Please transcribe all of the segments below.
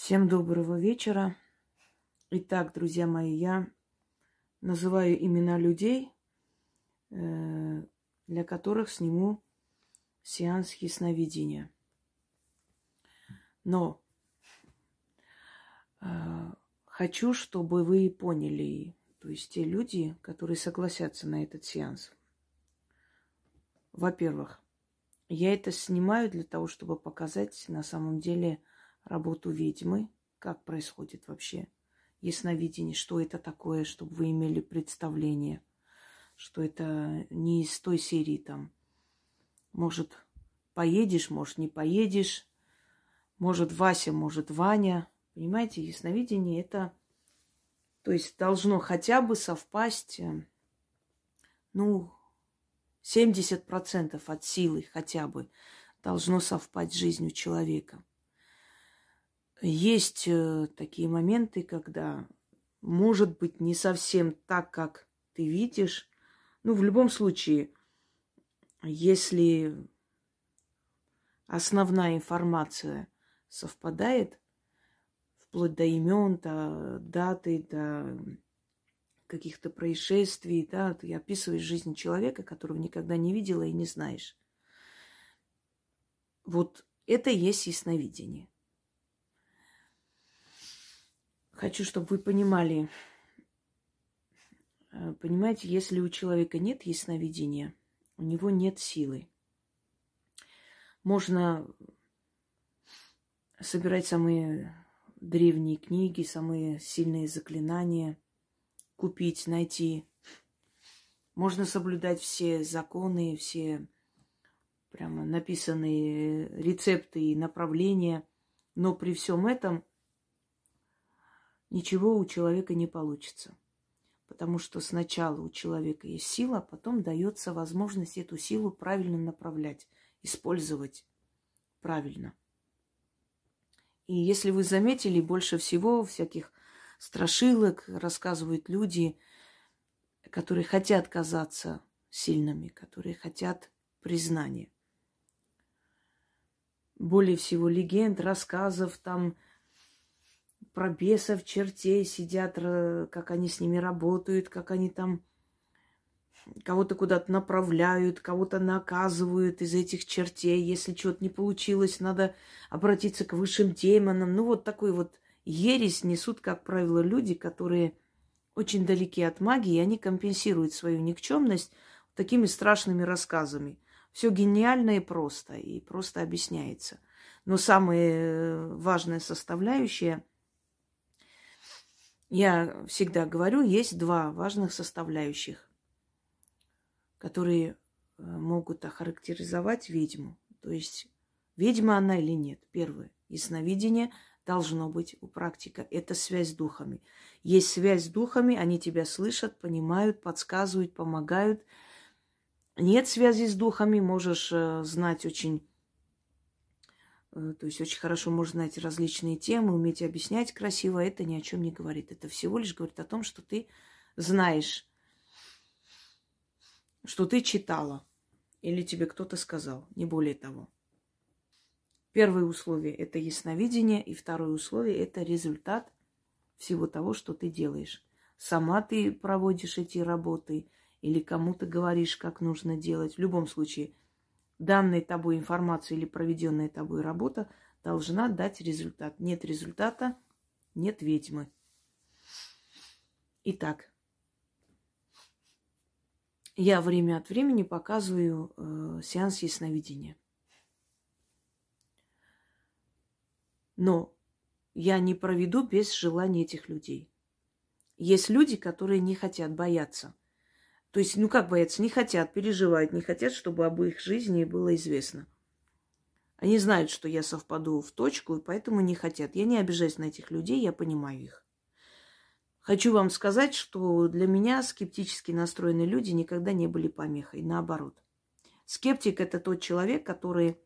Всем доброго вечера. Итак, друзья мои, я называю имена людей, для которых сниму сеанс ясновидения. Но хочу, чтобы вы поняли, то есть те люди, которые согласятся на этот сеанс. Во-первых, я это снимаю для того, чтобы показать на самом деле работу ведьмы, как происходит вообще ясновидение, что это такое, чтобы вы имели представление, что это не из той серии там, может, поедешь, может, не поедешь, может, Вася, может, Ваня. Понимаете, ясновидение это, то есть должно хотя бы совпасть, 70% от силы хотя бы должно совпасть с жизнью человека. Есть такие моменты, когда может быть не совсем так, как ты видишь. В любом случае, если основная информация совпадает, вплоть до имен, до даты, до каких-то происшествий, да, ты описываешь жизнь человека, которого никогда не видела и не знаешь. Вот это и есть ясновидение. Хочу, чтобы вы понимали, понимаете, если у человека нет ясновидения, у него нет силы. Можно собирать самые древние книги, самые сильные заклинания, купить, найти. Можно соблюдать все законы, все прямо написанные рецепты и направления, но при всем этом ничего у человека не получится. Потому что сначала у человека есть сила, а потом дается возможность эту силу правильно направлять, использовать правильно. И если вы заметили, больше всего всяких страшилок рассказывают люди, которые хотят казаться сильными, которые хотят признания. Более всего легенд, рассказов там про бесов, чертей сидят, как они с ними работают, как они там кого-то куда-то направляют, кого-то наказывают из этих чертей. Если что-то не получилось, надо обратиться к высшим демонам. Вот такой вот ересь несут, как правило, люди, которые очень далеки от магии, и они компенсируют свою никчемность такими страшными рассказами. Все гениально и просто объясняется. Но самая важная составляющая, я всегда говорю, есть два важных составляющих, которые могут охарактеризовать ведьму. То есть ведьма она или нет. Первое. Ясновидение должно быть у практика. Это связь с духами. Есть связь с духами, они тебя слышат, понимают, подсказывают, помогают. Нет связи с духами, можешь знать очень хорошо можешь знать различные темы, уметь объяснять красиво. Это ни о чем не говорит. Это всего лишь говорит о том, что ты знаешь, что ты читала или тебе кто-то сказал, не более того. Первое условие – это ясновидение, и второе условие – это результат всего того, что ты делаешь. Сама ты проводишь эти работы или кому-то говоришь, как нужно делать. В любом случае, данная тобой информация или проведенная тобой работа должна дать результат. Нет результата – нет ведьмы. Итак, я время от времени показываю сеанс ясновидения. Но я не проведу без желания этих людей. Есть люди, которые не хотят, бояться. То есть, как боятся? Не хотят, переживают, не хотят, чтобы об их жизни было известно. Они знают, что я совпаду в точку, и поэтому не хотят. Я не обижаюсь на этих людей, я понимаю их. Хочу вам сказать, что для меня скептически настроенные люди никогда не были помехой. Наоборот. Скептик – это тот человек, который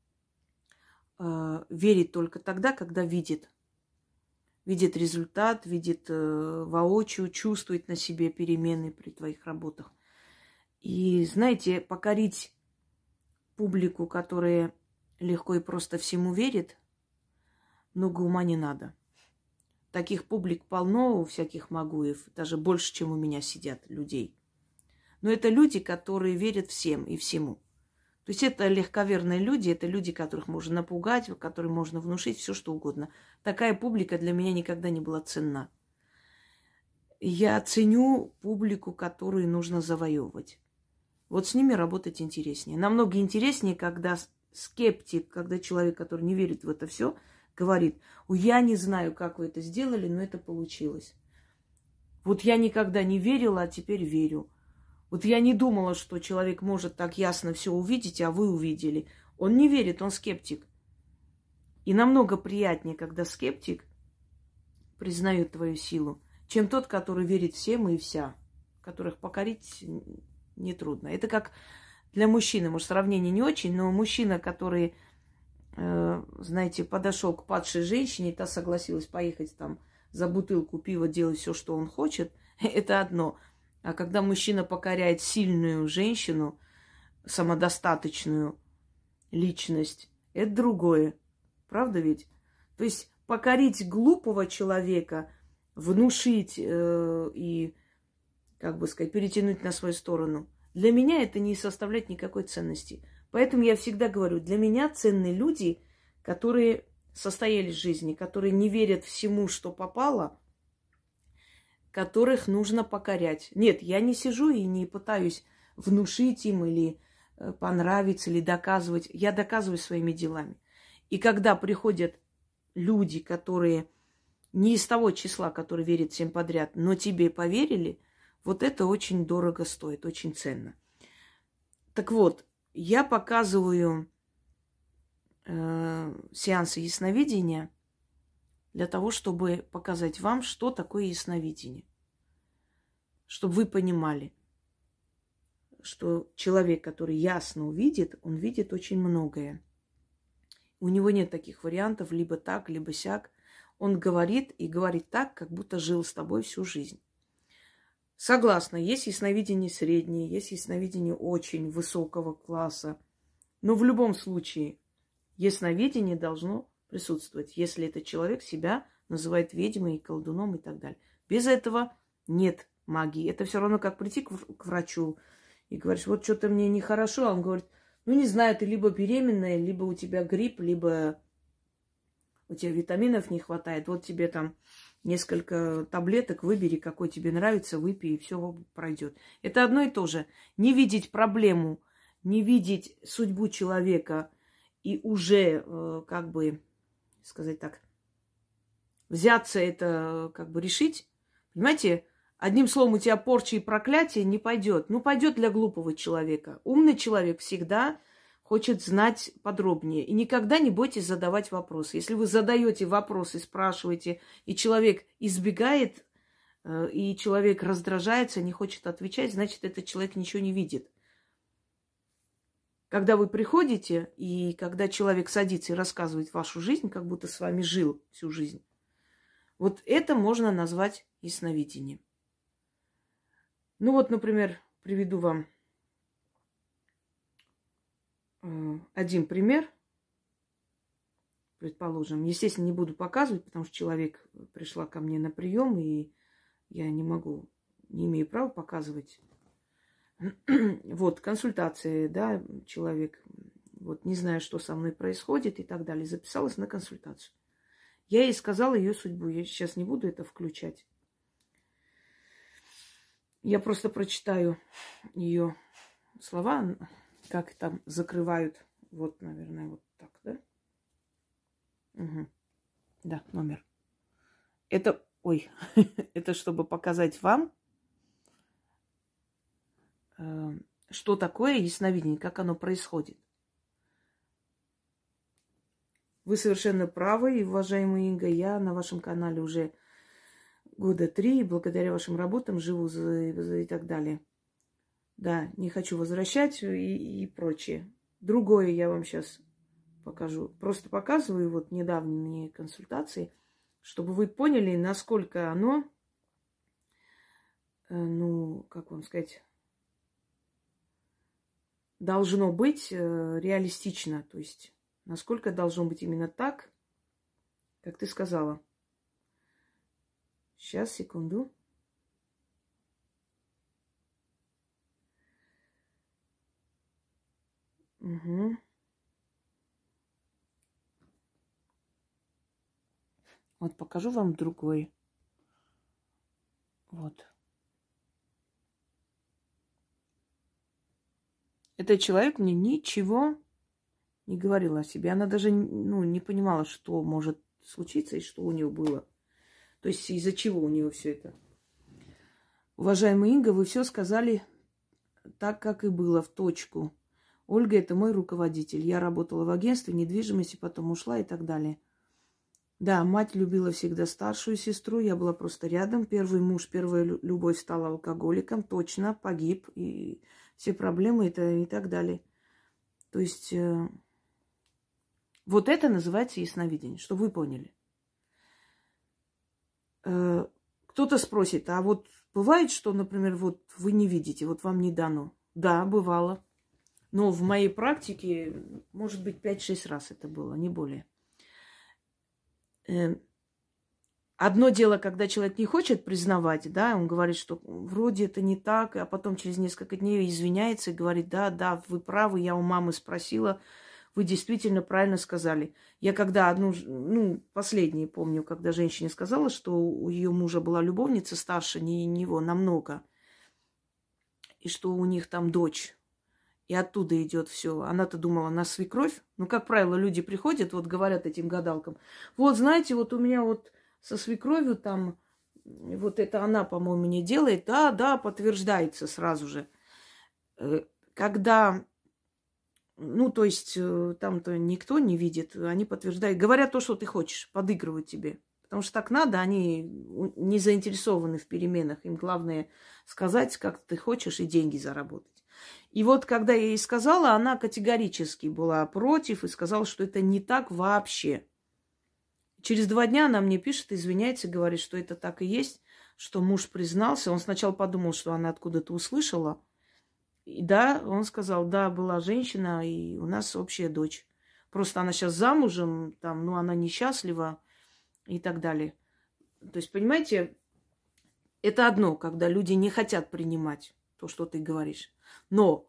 верит только тогда, когда видит. Видит результат, видит воочию, чувствует на себе перемены при твоих работах. И, знаете, покорить публику, которая легко и просто всему верит, много ума не надо. Таких публик полно, у всяких магуев, даже больше, чем у меня сидят людей. Но это люди, которые верят всем и всему. То есть это легковерные люди, это люди, которых можно напугать, которым можно внушить все, что угодно. Такая публика для меня никогда не была ценна. Я ценю публику, которую нужно завоевывать. Вот с ними работать интереснее. Намного интереснее, когда скептик, когда человек, который не верит в это все, говорит: я не знаю, как вы это сделали, но это получилось. Вот я никогда не верила, а теперь верю. Вот я не думала, что человек может так ясно все увидеть, а вы увидели. Он не верит, он скептик. И намного приятнее, когда скептик признает твою силу, чем тот, который верит всем и вся, которых покорить нетрудно. Это как для мужчины, может, сравнение не очень, но мужчина, который, знаете, подошел к падшей женщине, и та согласилась поехать там за бутылку пива, делать все, что он хочет, это одно. А когда мужчина покоряет сильную женщину, самодостаточную личность, это другое. Правда ведь? То есть покорить глупого человека, внушить и, как бы сказать, перетянуть на свою сторону, для меня это не составляет никакой ценности. Поэтому я всегда говорю, для меня ценны люди, которые состоялись в жизни, которые не верят всему, что попало, которых нужно покорять. Нет, я не сижу и не пытаюсь внушить им или понравиться, или доказывать. Я доказываю своими делами. И когда приходят люди, которые не из того числа, которые верят всем подряд, но тебе поверили, вот это очень дорого стоит, очень ценно. Так вот, я показываю сеансы ясновидения для того, чтобы показать вам, что такое ясновидение. Чтобы вы понимали, что человек, который ясно увидит, он видит очень многое. У него нет таких вариантов, либо так, либо сяк. Он говорит и говорит так, как будто жил с тобой всю жизнь. Согласна, есть ясновидение среднее, есть ясновидение очень высокого класса. Но в любом случае ясновидение должно присутствовать, если этот человек себя называет ведьмой, колдуном и так далее. Без этого нет магии. Это все равно как прийти к врачу и говоришь: вот что-то мне нехорошо, а он говорит: ну не знаю, ты либо беременная, либо у тебя грипп, либо у тебя витаминов не хватает. Вот тебе там несколько таблеток, выбери, какой тебе нравится, выпей, и все пройдет. Это одно и то же. Не видеть проблему, не видеть судьбу человека и уже, как бы сказать так, взяться это, как бы решить. Понимаете, одним словом, у тебя порча и проклятие не пойдет. Ну, пойдет для глупого человека. Умный человек всегда хочет знать подробнее. И никогда не бойтесь задавать вопросы. Если вы задаете вопросы, спрашиваете, и человек избегает, и человек раздражается, не хочет отвечать, значит, этот человек ничего не видит. Когда вы приходите, и когда человек садится и рассказывает вашу жизнь, как будто с вами жил всю жизнь, вот это можно назвать ясновидением. Ну вот, например, приведу вам один пример, предположим. Естественно, не буду показывать, потому что человек пришла ко мне на прием, и я не имею права показывать. Вот, консультация, да, человек, вот, не знаю, что со мной происходит и так далее, записалась на консультацию. Я ей сказала ее судьбу, я сейчас не буду это включать. Я просто прочитаю ее слова, как там закрывают. Вот, наверное, вот так, да? Угу. Да, номер. Это, это чтобы показать вам, что такое ясновидение, как оно происходит. Вы совершенно правы, уважаемая Инга. Я на вашем канале уже 3 года, и благодаря вашим работам живу и так далее. Да, не хочу возвращать и прочее. Другое я вам сейчас покажу. Просто показываю вот недавние консультации, чтобы вы поняли, насколько оно, ну, как вам сказать, должно быть реалистично. То есть, насколько должно быть именно так, как ты сказала. Сейчас, секунду. Угу. Вот покажу вам другой. Вот. Этот человек мне ничего не говорил о себе. Она даже не понимала, что может случиться и что у нее было. То есть из-за чего у нее все это. Уважаемая Инга, вы все сказали так, как и было, в точку. Ольга – это мой руководитель. Я работала в агентстве недвижимости, потом ушла и так далее. Да, мать любила всегда старшую сестру, я была просто рядом. Первый муж, первая любовь стала алкоголиком, точно, погиб. И все проблемы это и так далее. То есть вот это называется ясновидение, чтобы вы поняли. Кто-то спросит, а вот бывает, что, например, вот вы не видите, вот вам не дано? Да, бывало. Но в моей практике, может быть, 5-6 раз это было, не более. Одно дело, когда человек не хочет признавать, да, он говорит, что вроде это не так, а потом через несколько дней извиняется и говорит, да, вы правы, я у мамы спросила, вы действительно правильно сказали. Я когда последнее помню, когда женщине сказала, что у ее мужа была любовница старше него намного, и что у них там дочь. И оттуда идет все. Она-то думала на свекровь. Ну, как правило, люди приходят, вот говорят этим гадалкам. Вот, знаете, вот у меня вот со свекровью там, вот это она, по-моему, не делает. Да, подтверждается сразу же. Когда, то есть там-то никто не видит, они подтверждают. Говорят то, что ты хочешь, подыгрывают тебе. Потому что так надо, они не заинтересованы в переменах. Им главное сказать, как ты хочешь, и деньги заработать. И вот, когда я ей сказала, она категорически была против и сказала, что это не так вообще. Через 2 дня она мне пишет, извиняется, говорит, что это так и есть, что муж признался. Он сначала подумал, что она откуда-то услышала. И да, он сказал, да, была женщина, и у нас общая дочь. Просто она сейчас замужем, там, она несчастлива и так далее. То есть, понимаете, это одно, когда люди не хотят принимать то, что ты говоришь. Но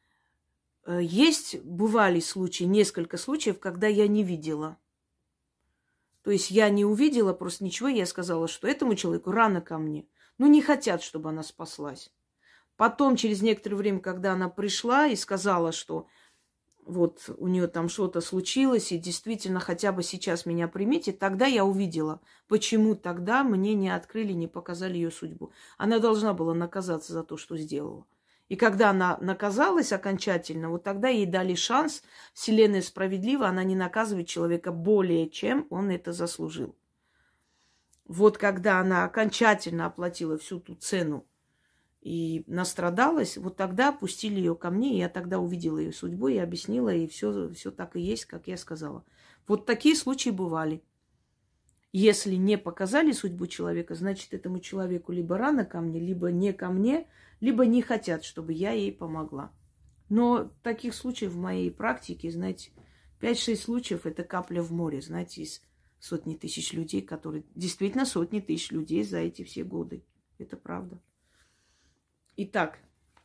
бывали случаи, несколько случаев, когда я не видела. То есть я не увидела просто ничего, я сказала, что этому человеку рано ко мне. Не хотят, чтобы она спаслась. Потом, через некоторое время, когда она пришла и сказала, что вот у нее там что-то случилось, и действительно хотя бы сейчас меня примите, тогда я увидела, почему тогда мне не открыли, не показали ее судьбу. Она должна была наказаться за то, что сделала. И когда она наказалась окончательно, вот тогда ей дали шанс, Вселенная справедлива, она не наказывает человека более, чем он это заслужил. Вот когда она окончательно оплатила всю ту цену и настрадалась, вот тогда пустили ее ко мне, и я тогда увидела ее судьбу и объяснила, и все так и есть, как я сказала. Вот такие случаи бывали. Если не показали судьбу человека, значит, этому человеку либо рано ко мне, либо не ко мне, либо не хотят, чтобы я ей помогла. Но таких случаев в моей практике, знаете, 5-6 случаев – это капля в море, знаете, из сотни тысяч людей, которые… Действительно, сотни тысяч людей за эти все годы. Это правда. Итак,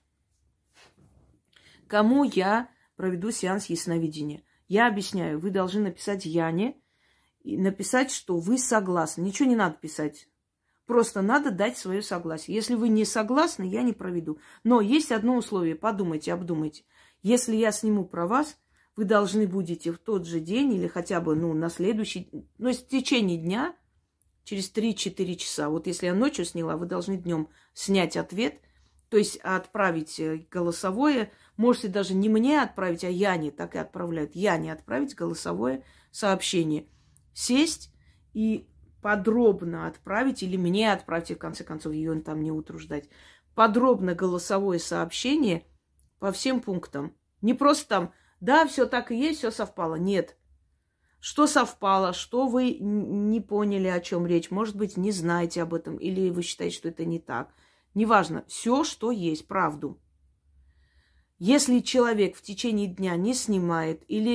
кому я проведу сеанс ясновидения? Я объясняю, вы должны написать Яне, и написать, что вы согласны. Ничего не надо писать. Просто надо дать свое согласие. Если вы не согласны, я не проведу. Но есть одно условие. Подумайте, обдумайте. Если я сниму про вас, вы должны будете в тот же день или хотя бы на следующий, в течение дня, через 3-4 часа. Вот если я ночью сняла, вы должны днем снять ответ, то есть отправить голосовое. Можете даже не мне отправить, а Яне так и отправляют. Яне отправить голосовое сообщение. Сесть и подробно отправить, или мне отправьте, в конце концов, ее там не утруждать, подробно голосовое сообщение по всем пунктам. Не просто там, да, все так и есть, все совпало. Нет. Что совпало, что вы не поняли, о чем речь, может быть, не знаете об этом, или вы считаете, что это не так. Неважно, все, что есть, правду. Если человек в течение дня не снимает или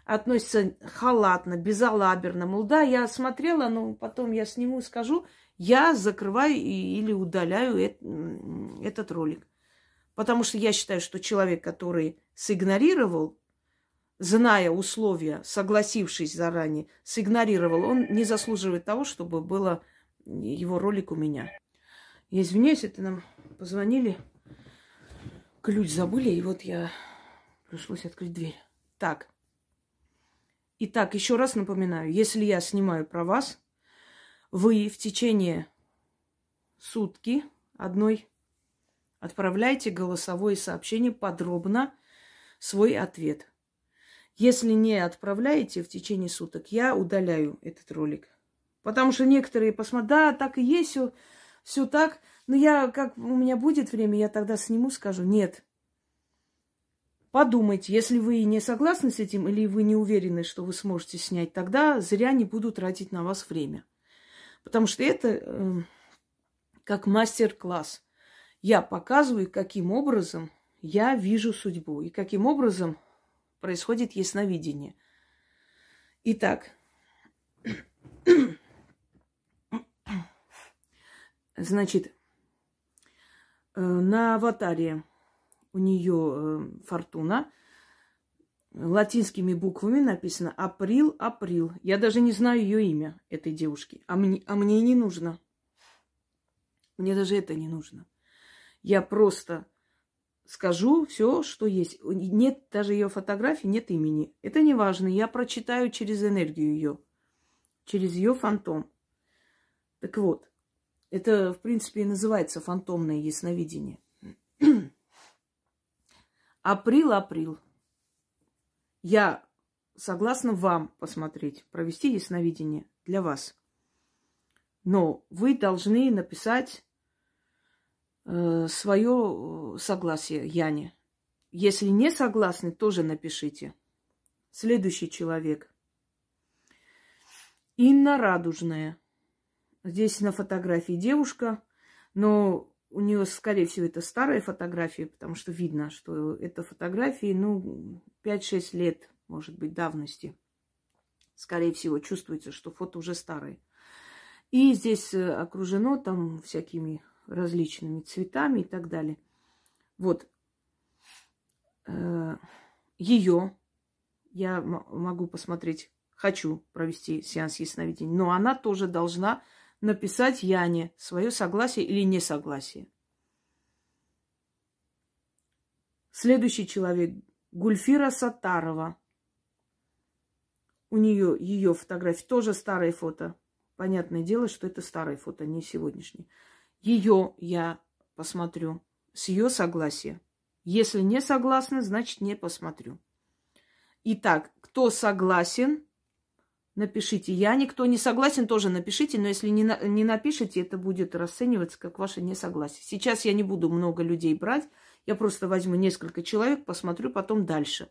относится халатно, безалаберно. Мол, да, я смотрела, но потом я сниму и скажу, я закрываю или удаляю этот ролик. Потому что я считаю, что человек, который сигнорировал, зная условия, согласившись заранее, сигнорировал, он не заслуживает того, чтобы было его ролик у меня. Я извиняюсь, это нам позвонили, ключ забыли, и вот пришлось открыть дверь. Так. Итак, еще раз напоминаю, если я снимаю про вас, вы в течение сутки одной отправляйте голосовое сообщение подробно свой ответ. Если не отправляете в течение суток, я удаляю этот ролик. Потому что некоторые посмотрят, да, так и есть, все так. Но как у меня будет время, я тогда сниму, скажу, нет. Подумайте, если вы не согласны с этим, или вы не уверены, что вы сможете снять, тогда зря не буду тратить на вас время. Потому что это как мастер-класс. Я показываю, каким образом я вижу судьбу и каким образом происходит ясновидение. Итак, значит, на аватаре у нее фортуна. Латинскими буквами написано Април. Я даже не знаю ее имя, этой девушки. А мне не нужно. Мне даже это не нужно. Я просто скажу все, что есть. Нет даже ее фотографии, нет имени. Это не важно. Я прочитаю через энергию ее. Через ее фантом. Так вот. Это, в принципе, и называется фантомное ясновидение. Април. Я согласна вам посмотреть, провести ясновидение для вас. Но вы должны написать свое согласие Яне. Если не согласны, тоже напишите. Следующий человек. Инна Радужная. Здесь на фотографии девушка, но у нее, скорее всего, это старая фотография, потому что видно, что это фотографии, 5-6 лет, может быть, давности. Скорее всего, чувствуется, что фото уже старое. И здесь окружено там всякими различными цветами и так далее. Вот. Ее я могу посмотреть, хочу провести сеанс ясновидения, но она тоже должна написать Яне свое согласие или несогласие. Следующий человек Гульфира Саттарова. У нее ее фотография тоже старое фото. Понятное дело, что это старое фото, не сегодняшнее. Ее я посмотрю с ее согласия. Если не согласна, значит не посмотрю. Итак, кто согласен, напишите. Кто не согласен, тоже напишите. Но если не напишите, это будет расцениваться как ваше несогласие. Сейчас я не буду много людей брать. Я просто возьму несколько человек, посмотрю потом дальше.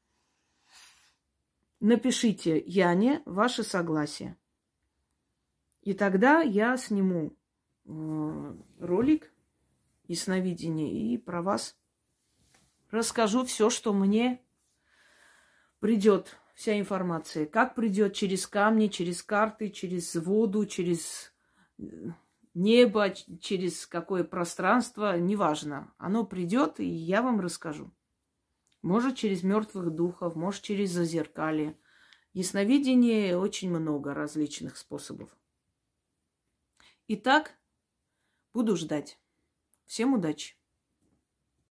Напишите Яне ваше согласие. И тогда я сниму ролик ясновидения и про вас расскажу все, что мне придет, вся информация. Как придет, через камни, через карты, через воду, через небо, через какое пространство, неважно. Оно придет, и я вам расскажу. Может, через мертвых духов, может, через зазеркалье. Ясновидение очень много различных способов. Итак, буду ждать. Всем удачи!